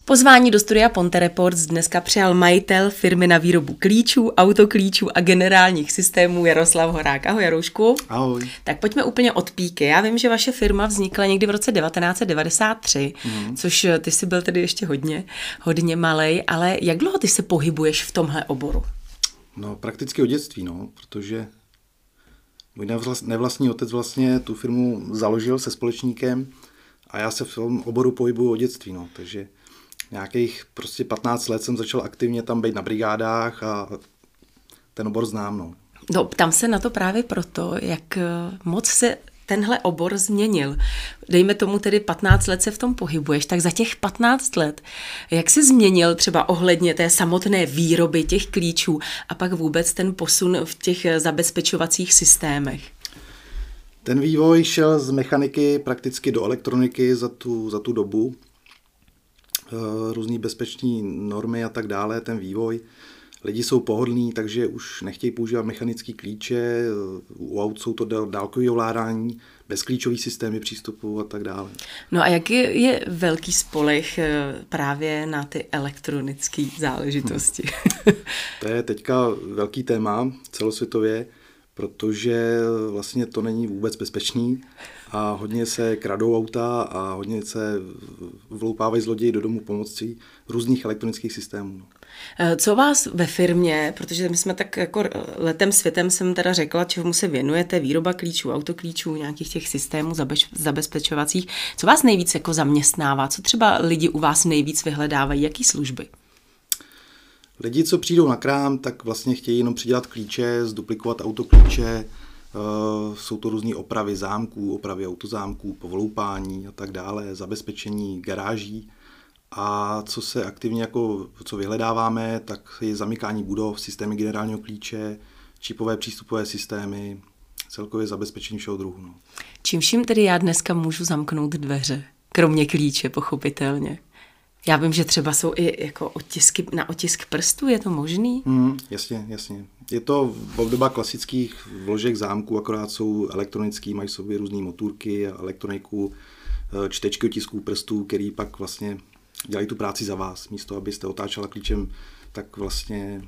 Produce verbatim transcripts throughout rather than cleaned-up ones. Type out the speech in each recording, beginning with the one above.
Pozvání do studia Ponte Reports dneska přijal majitel firmy na výrobu klíčů, autoklíčů a generálních systémů Jaroslav Horák. Ahoj, Jaroušku. Ahoj. Tak pojďme úplně od píky. Já vím, že vaše firma vznikla někdy v roce devatenáct set devadesát tři, mm. což ty jsi byl tedy ještě hodně, hodně malej, ale jak dlouho ty se pohybuješ v tomhle oboru? No prakticky od dětství, no, protože můj nevlastní otec vlastně tu firmu založil se společníkem a já se v tom oboru pohybuju od dětství, no, takže nějakých prostě patnáct let jsem začal aktivně tam být na brigádách a ten obor znám, no. No, ptám se na to právě proto, jak moc se tenhle obor změnil. Dejme tomu tedy patnáct let se v tom pohybuješ, tak za těch patnáct let, jak se změnil třeba ohledně té samotné výroby těch klíčů a pak vůbec ten posun v těch zabezpečovacích systémech? Ten vývoj šel z mechaniky prakticky do elektroniky za tu, za tu dobu. Různý bezpečné normy a tak dále, ten vývoj. Lidi jsou pohodlní, takže už nechtějí používat mechanické klíče, u aut jsou to dálkové ovládání, bezklíčový systémy přístupu a tak dále. No a jaký je velký spoleh právě na ty elektronické záležitosti? Hmm. To je teďka velký téma celosvětově, protože vlastně to není vůbec bezpečný a hodně se kradou auta a hodně se vloupávají zloději do domu pomocí různých elektronických systémů. Co vás ve firmě, protože my jsme tak jako letem světem jsem teda řekla, čemu se věnujete, výroba klíčů, autoklíčů, nějakých těch systémů zabezpečovacích, co vás nejvíc jako zaměstnává, co třeba lidi u vás nejvíc vyhledávají, jaký služby? Lidi, co přijdou na krám, tak vlastně chtějí jenom přidělat klíče, zduplikovat autoklíče, jsou to různé opravy zámků, opravy autozámků, povloupání a tak dále, zabezpečení garáží. A co se aktivně jako, co vyhledáváme, tak je zamykání budov, systémy generálního klíče, čipové přístupové systémy, celkově zabezpečení všeho druhu. No. Čím vším tedy já dneska můžu zamknout dveře, kromě klíče, pochopitelně? Já vím, že třeba jsou i jako otisky, na otisk prstů, je to možný? Mm, jasně, jasně. Je to obdoba klasických vložek zámků, akorát jsou elektronický, mají sobě různé motůrky a elektroniku, čtečky otisků prstů, který pak vlastně dělají tu práci za vás. Místo, abyste otáčela klíčem, tak vlastně...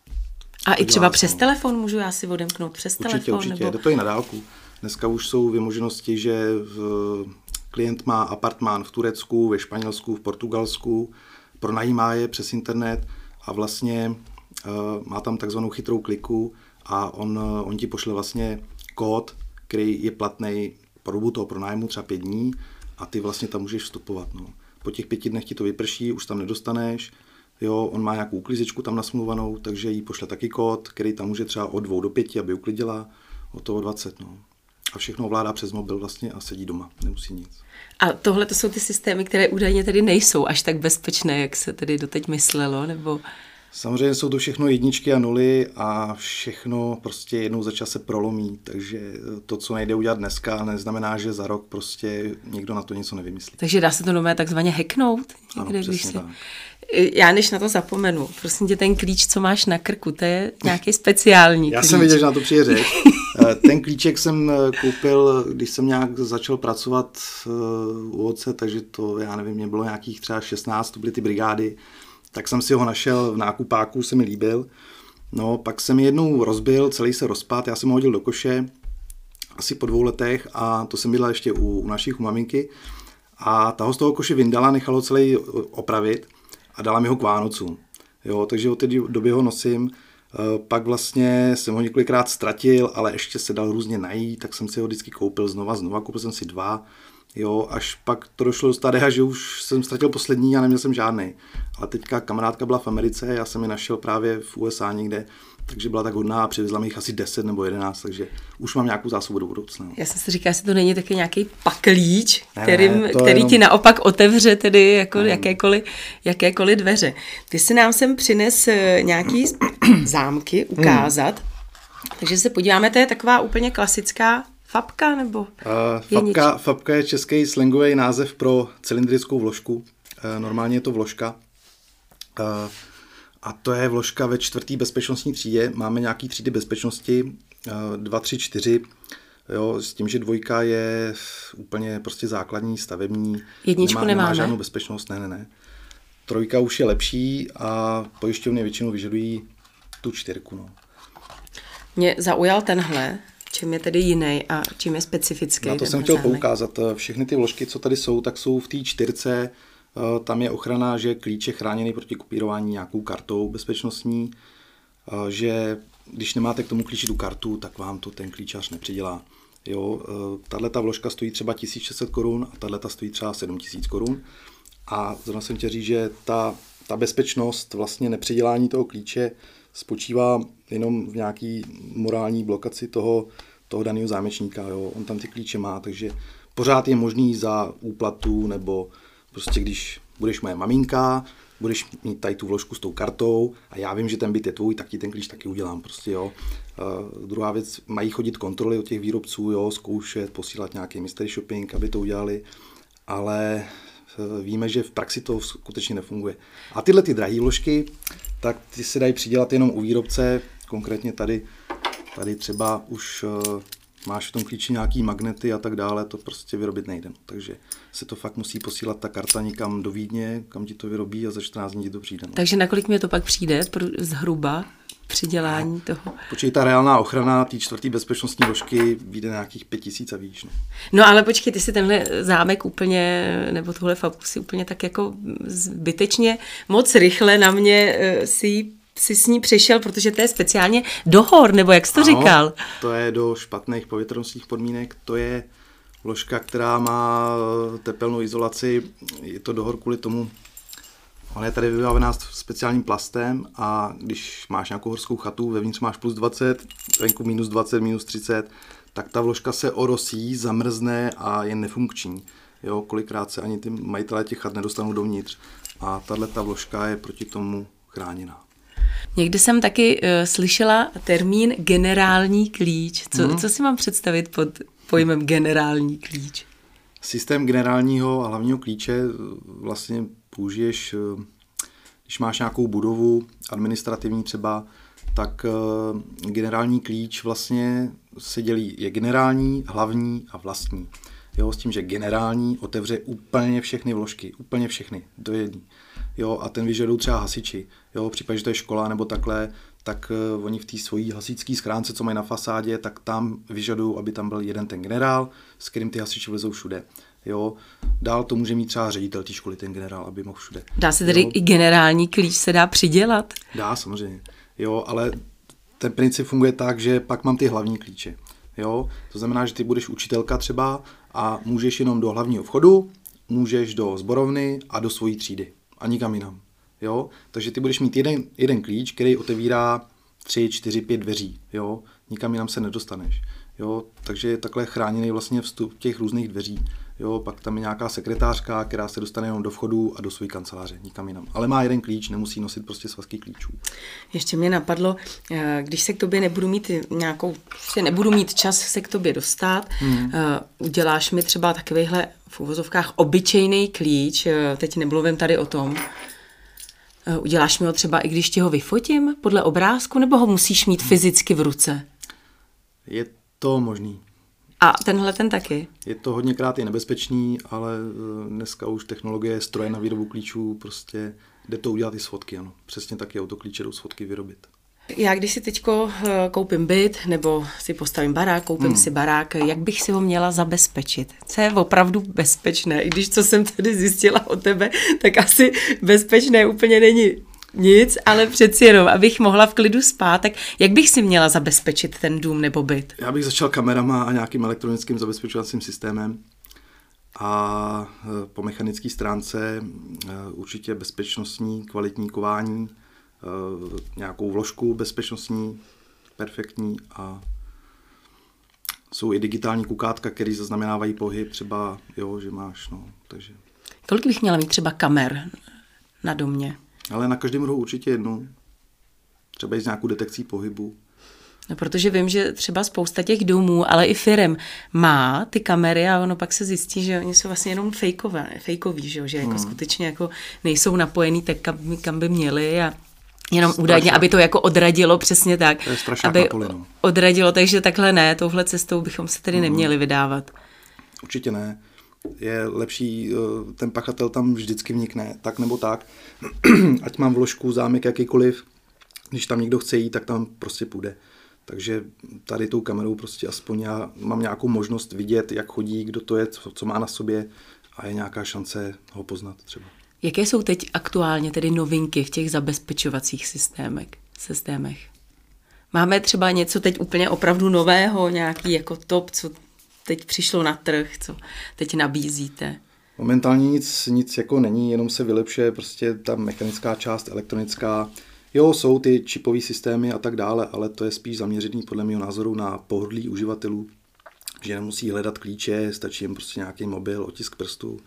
A i třeba přes no. telefon můžu já si odemknout přes určitě, telefon? Určitě, nebo... jde to i na dálku. Dneska už jsou vymoženosti, že v, klient má apartmán v Turecku, ve Španělsku, v Portugalsku, pronajímá je přes internet a vlastně uh, má tam takzvanou chytrou kliku a on, uh, on ti pošle vlastně kód, který je platný po dobu toho pronájmu, třeba pět dní a ty vlastně tam můžeš vstupovat. No. Po těch pěti dnech ti to vyprší, už tam nedostaneš, jo, on má nějakou uklízečku tam nasmluvanou, takže jí pošle taky kód, který tam může třeba od dvou do pěti, aby uklidila, od toho dvacet, no. A všechno ovládá přes mobil vlastně a sedí doma, nemusí nic. A tohle to jsou ty systémy, které údajně tedy nejsou až tak bezpečné, jak se tedy doteď myslelo, nebo... Samozřejmě jsou to všechno jedničky a nuly a všechno prostě jednou za čas se prolomí, takže to, co nejde udělat dneska, neznamená, že za rok prostě někdo na to něco nevymyslí. Takže dá se to nové takzvaně hacknout? Ano, někde, přesně když si... tak. Já než na to zapomenu, prosím tě, ten klíč, co máš na krku, to je nějaký speciální Já klíč. jsem viděl, že na to přijde řeč. Ten klíček jsem koupil, když jsem nějak začal pracovat u otce, takže to, já nevím, mě bylo nějakých třeba šestnáct, to byly ty brigády, tak jsem si ho našel v nákupáku, se mi líbil. No, pak jsem jednou rozbil, celý se rozpad, já jsem ho hodil do koše, asi po dvou letech a to jsem bydlel ještě u, u našich, u maminky. A ta ho z toho koše vyndala, nechala ho celý opravit a dala mi ho k Vánocům. Jo, takže od té doby ho nosím. Pak vlastně jsem ho několikrát ztratil, ale ještě se dal různě najít, tak jsem si ho vždycky koupil znova, znova, koupil jsem si dva. Jo, až pak to došlo do stadia, že už jsem ztratil poslední a neměl jsem žádnej. Ale teďka kamarádka byla v Americe, já jsem ji našel právě v U S A někde, takže byla tak hodná a přivezla mi jich asi deset nebo jedenáct, takže už mám nějakou zásobu do budoucna. Já jsem si říkala, jestli to není taky nějaký paklíč, kterým, ne, který jenom... ti naopak otevře tedy jako jakékoliv, jakékoliv dveře. Ty si nám sem přines nějaký zámky ukázat, hmm. takže se podíváme, to je taková úplně klasická fabka, nebo uh, fabka, fabka je český slangový název pro cylindrickou vložku. Uh, normálně je to vložka. Uh, a to je vložka ve čtvrtý bezpečnostní třídě. Máme nějaký třídy bezpečnosti, uh, dva, tři, čtyři. Jo, s tím, že dvojka je úplně prostě základní, stavební. Jedničku nemá, nemáme. Nemá žádnou bezpečnost, ne, ne, ne. trojka už je lepší a pojišťovny většinou vyžadují tu čtyřku. No. Mě zaujal tenhle, čím je tedy jiný a čím je specifický. Na to jsem chtěl zámek. poukázat. Všechny ty vložky, co tady jsou, tak jsou v té čtyřce. Tam je ochrana, že klíč je chráněný proti kopírování nějakou kartou bezpečnostní, že když nemáte k tomu klíči tu kartu, tak vám to ten klíčař nepřidělá. Jo, tato vložka stojí třeba tisíc šest set korun a tato stojí třeba sedm tisíc korun. A zrovna jsem chtěl říct, že ta, ta bezpečnost, vlastně nepředělání toho klíče spočívá jenom v nějaký morální blokaci toho, toho daného zámečníka. Jo. On tam ty klíče má, takže pořád je možný za úplatu, nebo prostě když budeš moje maminka, budeš mít tady tu vložku s tou kartou a já vím, že ten byt je tvůj, tak ti ten klíč taky udělám. Prostě, jo. Uh, druhá věc, mají chodit kontroly od těch výrobců, jo, zkoušet, posílat nějaký mystery shopping, aby to udělali, ale uh, víme, že v praxi to skutečně nefunguje. A tyhle ty drahé vložky, tak ty se dají přidělat jenom u výrobce, konkrétně tady, tady třeba už uh, máš v tom klíči nějaký magnety a tak dále, to prostě vyrobit nejde. Takže se to fakt musí posílat ta karta někam do Vídně, kam ti to vyrobí a za čtrnáct dní ti to přijde. No. Takže nakolik mě to pak přijde zhruba přidělání no. toho? Počkej, ta reálná ochrana té čtvrtý bezpečnostní vložky vyjde nějakých pět tisíc a víš. No. no ale počkej, ty si tenhle zámek úplně, nebo tohle fabu si úplně tak jako zbytečně moc rychle na mě si jsi s ní přišel, protože to je speciálně do hor, nebo jak jsi to ano, říkal? To je do špatných povětrnostních podmínek, to je vložka, která má tepelnou izolaci, je to do hor kvůli tomu, ona je tady vybavená speciálním plastem a když máš nějakou horskou chatu, vevnitř máš plus dvacet, venku minus dvacet, minus třicet, tak ta vložka se orosí, zamrzne a je nefunkční. Jo, kolikrát se ani ty majitelé těch chat nedostanou dovnitř a tato vložka je proti tomu chráněná. Někdy jsem taky uh, slyšela termín generální klíč. Co, hmm. co si mám představit pod pojmem generální klíč? Systém generálního a hlavního klíče vlastně použiješ, když máš nějakou budovu administrativní třeba, tak uh, generální klíč vlastně se dělí, je generální, hlavní a vlastní. Jo, s tím, že generální otevře úplně všechny vložky, úplně všechny, do jedné. Jo, a ten vyžadují třeba hasiči. Jo, v případě, že to je škola nebo takhle, tak uh, oni v té svojí hasičské schránce, co mají na fasádě, tak tam vyžadují, aby tam byl jeden ten generál, s kterým ty hasiči vlezou všude. Jo, dál to může mít třeba ředitel té školy, ten generál, aby mohl všude. Dá se tedy jo. i generální klíč se dá přidělat? Dá, samozřejmě. Jo, ale ten princip funguje tak, že pak mám ty hlavní klíče. Jo, to znamená, že ty budeš učitelka třeba a můžeš jenom do hlavního vchodu, můžeš do sborovny a do svojí třídy a nikam jinam. Jo, takže ty budeš mít jeden, jeden klíč, který otevírá tři, čtyři, pět dveří. Jo, nikam jinam se nedostaneš. Jo, takže je takhle chráněný vlastně vstup těch různých dveří. Jo, pak tam je nějaká sekretářka, která se dostane jenom do vchodu a do své kanceláře, nikam jinam. Ale má jeden klíč, nemusí nosit prostě svazky klíčů. Ještě mě napadlo, když se k tobě nebudu mít nějakou, prostě nebudu mít čas se k tobě dostat, hmm. uděláš mi třeba takovýhle v uvozovkách obyčejný klíč, teď nemluvím tady o tom, uděláš mi ho třeba i když ti ho vyfotím podle obrázku, nebo ho musíš mít fyzicky v ruce? Je to možný. A tenhle ten taky? Je to hodněkrát i nebezpečný, ale dneska už technologie, stroje na výrobu klíčů, prostě jde to udělat i s fotky, ano. Přesně taky autoklíče jdou s fotky vyrobit. Já když si teďko koupím byt, nebo si postavím barák, koupím hmm. si barák, jak bych si ho měla zabezpečit? Co je opravdu bezpečné? I když co jsem tady zjistila o tebe, tak asi bezpečné úplně není nic, ale přeci jenom, abych mohla v klidu spát, tak jak bych si měla zabezpečit ten dům nebo byt? Já bych začal kamerama a nějakým elektronickým zabezpečovacím systémem a po mechanické stránce určitě bezpečnostní, kvalitní kování, nějakou vložku bezpečnostní, perfektní a jsou i digitální kukátka, které zaznamenávají pohyb, třeba, jo, že máš, no, takže. Kolik bych měla mít třeba kamer na domě? Ale na každém rohu určitě jednu. Třeba i s nějakou detekcí pohybu. No, protože vím, že třeba spousta těch domů, ale i firem má ty kamery a ono pak se zjistí, že oni jsou vlastně jenom fejkové, fejkoví, že, že jako hmm. skutečně jako nejsou napojený tak, kam, kam by měli a jenom strašná. Údajně, aby to jako odradilo přesně tak. To je strašná aby kapolinu. Odradilo, takže takhle ne, touhle cestou bychom se tedy hmm. neměli vydávat. Určitě ne. Je lepší, ten pachatel tam vždycky vnikne, tak nebo tak. Ať mám vložku, zámek jakýkoliv, když tam někdo chce jít, tak tam prostě půjde. Takže tady tou kamerou prostě aspoň já mám nějakou možnost vidět, jak chodí, kdo to je, co, co má na sobě a je nějaká šance ho poznat třeba. Jaké jsou teď aktuálně tedy novinky v těch zabezpečovacích systémech? systémech? Máme třeba něco teď úplně opravdu nového, nějaký jako top, co teď přišlo na trh, co teď nabízíte? Momentálně nic, nic jako není, jenom se vylepšuje prostě ta mechanická část, elektronická. Jo, jsou ty čipové systémy a tak dále, ale to je spíš zaměřený podle mého názoru na pohodlí uživatelů, že nemusí hledat klíče, stačí jim prostě nějaký mobil, otisk prstu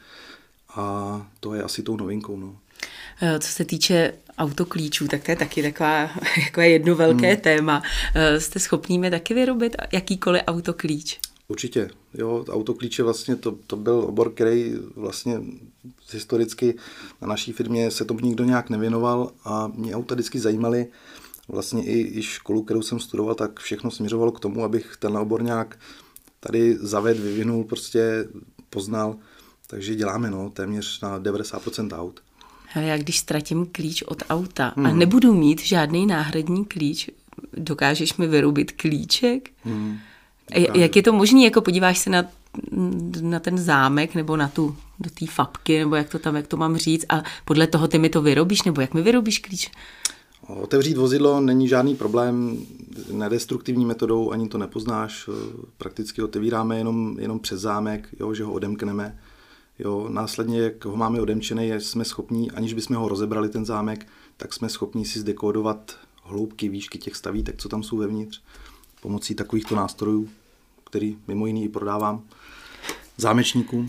a to je asi tou novinkou. No. Co se týče autoklíčů, tak to je taky taková, takové jedno velké hmm. téma. Jste schopní mi taky vyrobit jakýkoliv autoklíč? Určitě, jo, autoklíče vlastně to, to byl obor, který vlastně historicky na naší firmě se tomu nikdo nějak nevěnoval a mě auta vždycky zajímaly. Vlastně i, i školu, kterou jsem studoval, tak všechno směřovalo k tomu, abych ten obor nějak tady zavedl, vyvinul, prostě poznal. Takže děláme no, téměř na devadesát procent aut. Ale já když ztratím klíč od auta hmm. a nebudu mít žádný náhradní klíč, dokážeš mi vyrobit klíček? Hmm. Jak je to možné, jako podíváš se na, na ten zámek nebo na tu, do té fabky, nebo jak to tam, jak to mám říct a podle toho ty mi to vyrobíš, nebo jak mi vyrobíš klíč? Otevřít vozidlo není žádný problém, nedestruktivní metodou, ani to nepoznáš, prakticky otevíráme jenom, jenom přes zámek, jo, že ho odemkneme. Jo, následně, jak ho máme odemčený, jsme schopní, aniž bychom ho rozebrali ten zámek, tak jsme schopní si zdekódovat hloubky, výšky těch stavítek, co tam jsou vevnitř, pomocí takovýchto nástrojů, který mimo jiný i prodávám zámečníkům.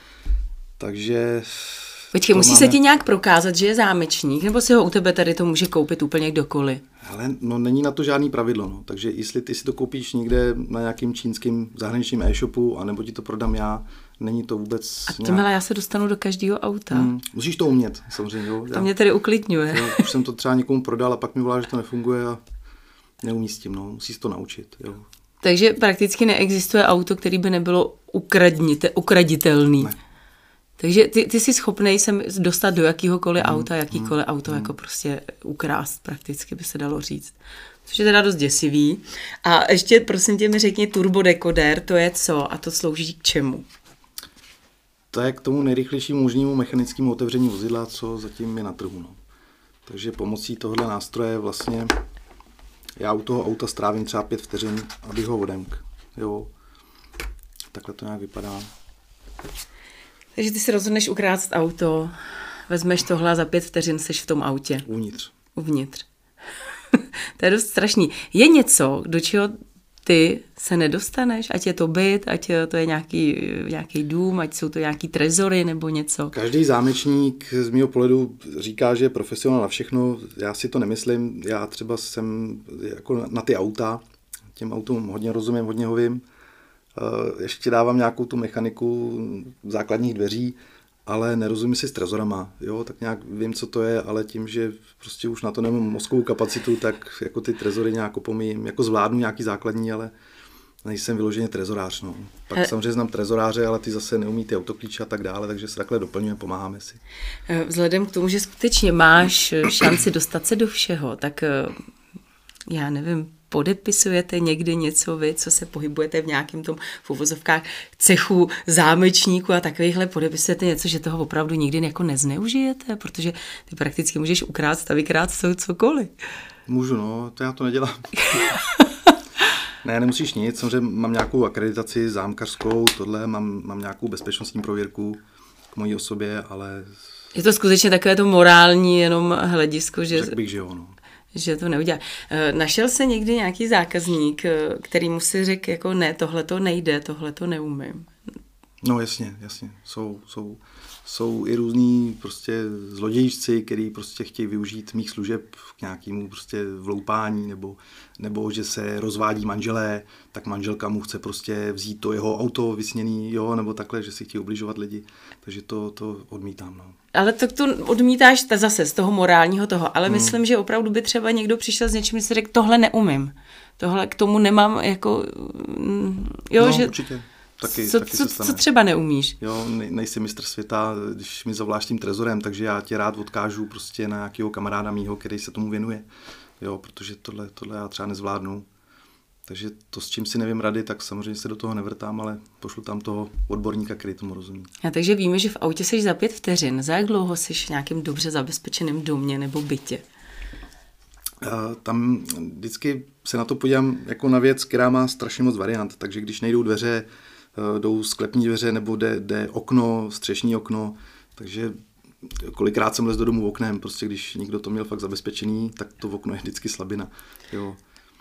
Takže... Počkej, musí máme... se ti nějak prokázat, že je zámečník, nebo si ho u tebe tady to může koupit úplně kdokoliv? Ale no, není na to žádný pravidlo, no. Takže jestli ty si to koupíš někde na nějakým čínským zahraničním e-shopu, anebo ti to prodám já, není to vůbec... A tímhle nějak... já se dostanu do každého auta. Hmm, musíš to umět, samozřejmě. Jo. To já... mě tedy uklidňuje. Jo, už jsem to třeba někomu prodal a pak mi volá, že to nefunguje a neumístím, no. Musíš to naučit, jo. Takže prakticky neexistuje auto, který by nebylo ukradnite, ukraditelný. Ne. Takže ty, ty jsi schopnej se dostat do jakýhokoliv mm, auta, jakýkoliv mm, auto mm. jako prostě ukrást prakticky, by se dalo říct. Což je teda dost děsivý. A ještě prosím tě mi řekni turbodekoder, to je co a to slouží k čemu? To je k tomu nejrychlejšímu možnému mechanickému otevření vozidla, co zatím je na trhu. No. Takže pomocí tohohle nástroje vlastně já u toho auta strávím třeba pět vteřin, abych ho odemkl. Jo. Takhle to nějak vypadá. Takže ty si rozhodneš ukrást auto, vezmeš tohle a za pět vteřin seš v tom autě. Uvnitř. Uvnitř. To je dost strašný. Je něco, do čeho ty se nedostaneš? Ať je to byt, ať to je nějaký, nějaký dům, ať jsou to nějaký trezory nebo něco? Každý zámečník z mého pohledu říká, že je profesionál na všechno. Já si to nemyslím. Já třeba jsem jako na ty auta, těm autům hodně rozumím, hodně ho vím. Ještě dávám nějakou tu mechaniku základních dveří, ale nerozumím si s trezorama, jo, tak nějak vím, co to je, ale tím, že prostě už na to nemám mozkovou kapacitu, tak jako ty trezory nějak opomíjím, jako zvládnu nějaký základní, ale nejsem vyloženě trezorář, no. Pak He. samozřejmě znám trezoráře, ale ty zase neumí ty autoklíče a tak dále, takže se takhle doplňujeme, pomáháme si. Vzhledem k tomu, že skutečně máš šanci dostat se do všeho, tak já nevím, podepisujete někdy něco vy, co se pohybujete v nějakém tom v uvozovkách cechu zámečníku a takovýchhle, podepisujete něco, že toho opravdu nikdy jako nezneužijete, protože ty prakticky můžeš ukrást a vykrát co, cokoliv. Můžu, no, to já to nedělám. Ne, nemusíš nic, samozřejmě mám nějakou akreditaci zámkařskou, tohle, mám, mám nějakou bezpečnostní prověrku k mojí osobě, ale... Je to skutečně takové to morální jenom hledisko, že... Řekl bych, že jo, no. Že to neudělá. Našel se někdy nějaký zákazník, který mu si řekl, jako ne, tohle to nejde, tohle to neumím? No jasně, jasně. Jsou, jsou, jsou i různý prostě zlodějčci, který prostě chtějí využít mých služeb k nějakému prostě vloupání, nebo, nebo že se rozvádí manželé, tak manželka mu chce prostě vzít to jeho auto vysněný, jo, nebo takhle, že si chtějí ubližovat lidi. Takže to, to odmítám, no. Ale tak to odmítáš zase z toho morálního toho, ale hmm. myslím, že opravdu by třeba někdo přišel s něčím, že si řekl, tohle neumím. Tohle k tomu nemám jako... Jo, no, že... určitě. taky, co, taky co, se stane. Co třeba neumíš? Jo, nej, nejsi mistr světa, když mi zavoláš tím trezorem, takže já tě rád odkážu prostě na nějakého kamaráda mýho, který se tomu věnuje. Jo, protože tohle, tohle já třeba nezvládnu. Takže to, s čím si nevím rady, tak samozřejmě se do toho nevrtám, ale pošlu tam toho odborníka, který tomu rozumí. A takže víme, že v autě jsi za pět vteřin. Za jak dlouho jsi v nějakém dobře zabezpečeném domě nebo bytě? A tam vždycky se na to podívám jako na věc, která má strašně moc variant. Takže když nejdou dveře, jdou sklepní dveře nebo jde, jde okno, střešní okno, takže kolikrát jsem lez do domu oknem, prostě když někdo to měl fakt zabezpečený, tak to okno je vždycky slabina. Jo.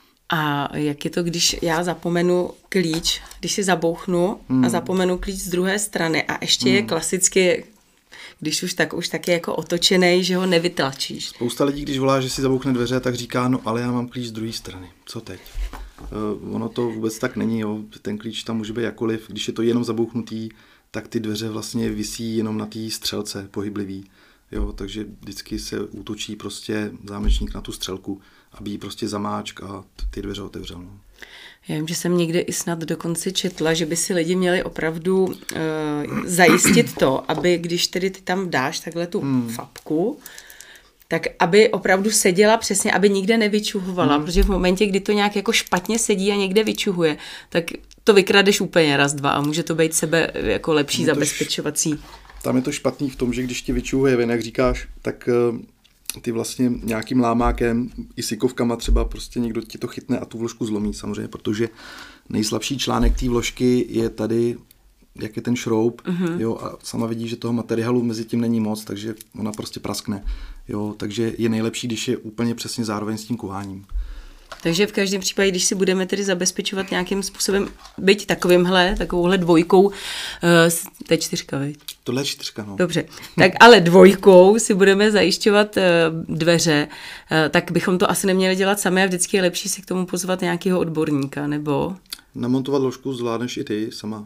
A jak je to, když já zapomenu klíč, když si zabouchnu hmm. a zapomenu klíč z druhé strany a ještě hmm. je klasicky, když už tak, už taky jako otočenej, že ho nevytlačíš. Spousta lidí, když volá, že si zabouchne dveře, tak říká, no ale já mám klíč z druhé strany, co teď? Uh, ono to vůbec tak není, jo. Ten klíč tam může být jakoliv, když je to jenom zabouchnutý, tak ty dveře vlastně visí jenom na té střelce pohyblivý. Jo, takže vždycky se útočí prostě zámečník na tu střelku, aby jí prostě zamáčk a ty dveře otevřel. No. Já vím, že jsem někde i snad dokonce četla, že by si lidi měli opravdu uh, zajistit to, aby když tedy ty tam dáš takhle tu hmm. fapku, tak aby opravdu seděla přesně, aby nikde nevyčuhovala, hmm. protože v momentě, kdy to nějak jako špatně sedí a někde vyčuhuje, tak to vykradeš úplně raz, dva a může to být sebe jako lepší zabezpečovací. Š... Tam je to špatný v tom, že když ti vyčuhuje ven, jak říkáš, tak uh, ty vlastně nějakým lámákem i sikovkama třeba prostě někdo ti to chytne a tu vložku zlomí samozřejmě, protože nejslabší článek té vložky je tady, jak je ten šroub, uh-huh. jo, a sama vidí, že toho materiálu mezi tím není moc, takže ona prostě praskne, jo, takže je nejlepší, když je úplně přesně zároveň s tím kuháním. Takže v každém případě, když si budeme tedy zabezpečovat nějakým způsobem, byť takovýmhle, takovouhle dvojkou, uh, to je čtyřka, viď? Tohle je čtyřka, no. Dobře, tak ale dvojkou si budeme zajišťovat uh, dveře, uh, tak bychom to asi neměli dělat sami a vždycky je lepší si k tomu pozvat nějakého odborníka, nebo? Namontovat ložku zvládneš i ty sama.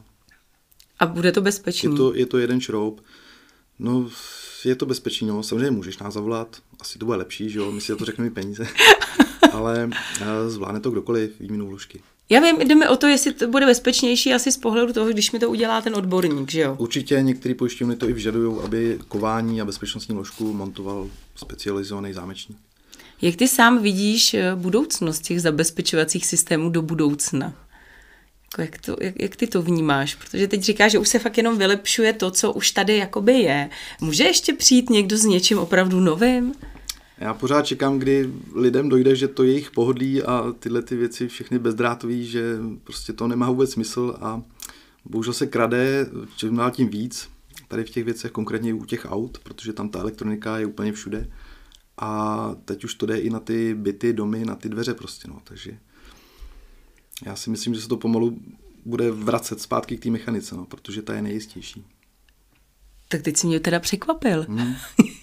A bude to bezpečný? Je to, je to jeden šroub. No, je to bezpečný, no. Samozřejmě můžeš nás zavolat, asi to bude lepší, že jo, my si za to řekneme peníze. Ale zvládne to kdokoliv výměnou vložky. Já vím, jdeme o to, jestli to bude bezpečnější asi z pohledu toho, když mi to udělá ten odborník, že jo? Určitě některé pojišťovny to i vyžadují, aby kování a bezpečnostní vložku montoval specializovaný zámečník. Jak ty sám vidíš budoucnost těch zabezpečovacích systémů do budoucna? Jak, to, jak, jak ty to vnímáš? Protože teď říkáš, že už se fakt jenom vylepšuje to, co už tady jakoby je. Může ještě přijít někdo s něčím opravdu novým? Já pořád čekám, kdy lidem dojde, že to je jejich pohodlí a tyhle ty věci všechny bezdrátový, že prostě to nemá vůbec smysl a bohužel se krade čím dál tím víc, tady v těch věcech, konkrétně u těch aut, protože tam ta elektronika je úplně všude a teď už to jde i na ty byty, domy, na ty dveře prostě, no, takže já si myslím, že se to pomalu bude vracet zpátky k té mechanice, no, protože ta je nejistější. Tak teď jsi mě teda překvapil. Hmm.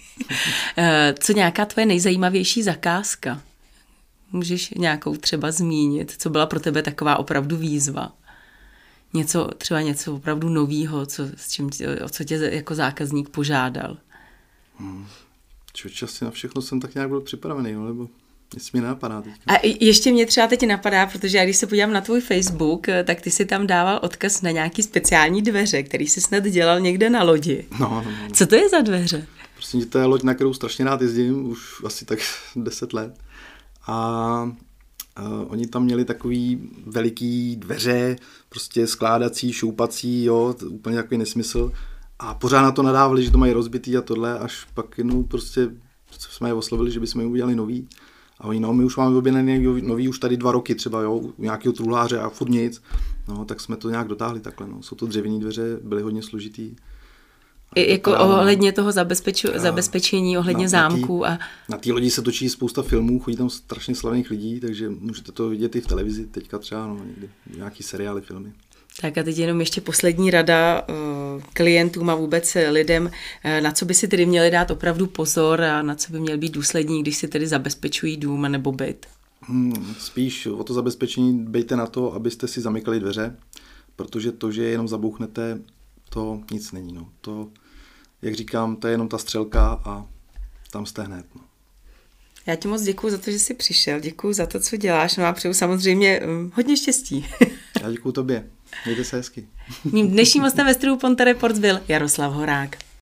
Co nějaká tvoje nejzajímavější zakázka? Můžeš nějakou třeba zmínit, co byla pro tebe taková opravdu výzva? Něco, třeba něco opravdu novýho, co, s čím, o co tě jako zákazník požádal? Hmm. Člověče, asi na všechno jsem tak nějak byl připravený, no, nebo nic mi nenapadá teď. A ještě mě třeba teď napadá, protože já když se podívám na tvůj Facebook, tak ty si tam dával odkaz na nějaký speciální dveře, který jsi snad dělal někde na lodi. No, no, no. Co to je za dveře? Prostě to je loď, na kterou strašně rád jezdím, už asi tak deset let. A, a oni tam měli takový veliký dveře, prostě skládací, šoupací, jo, úplně takový nesmysl. A pořád na to nadávali, že to mají rozbitý a tohle, až pak jenom prostě jsme je oslovili, že bychom jim udělali nový. A oni, no, my už máme objednaný nový už tady dva roky třeba, jo, u nějakého truhláře a furt nic. No, tak jsme to nějak dotáhli takhle, no. Jsou to dřevěné dveře, byly hodně složitý. I jako právě, ohledně toho zabezpeču, zabezpečení, ohledně na, zámků. Na a na té lodi se točí spousta filmů, chodí tam strašně slavných lidí, takže můžete to vidět i v televizi, teďka třeba no, někdy, nějaký seriály, filmy. Tak a teď jenom ještě poslední rada uh, klientům a vůbec lidem, uh, na co by si tedy měli dát opravdu pozor a na co by měli být důslední, když si tedy zabezpečují dům nebo byt. Hmm, spíš o to zabezpečení bejte na to, abyste si zamykali dveře, protože to, že jenom zabouchnete, to nic není. No. To, jak říkám, to je jenom ta střelka a tam jste hned. No. Já ti moc děkuju za to, že jsi přišel, děkuju za to, co děláš, no a přeju samozřejmě um, hodně štěstí. Já děkuju tobě. Mějte se hezky. Mým dnešním hostem ve studiu Ponte Reports byl Jaroslav Horák.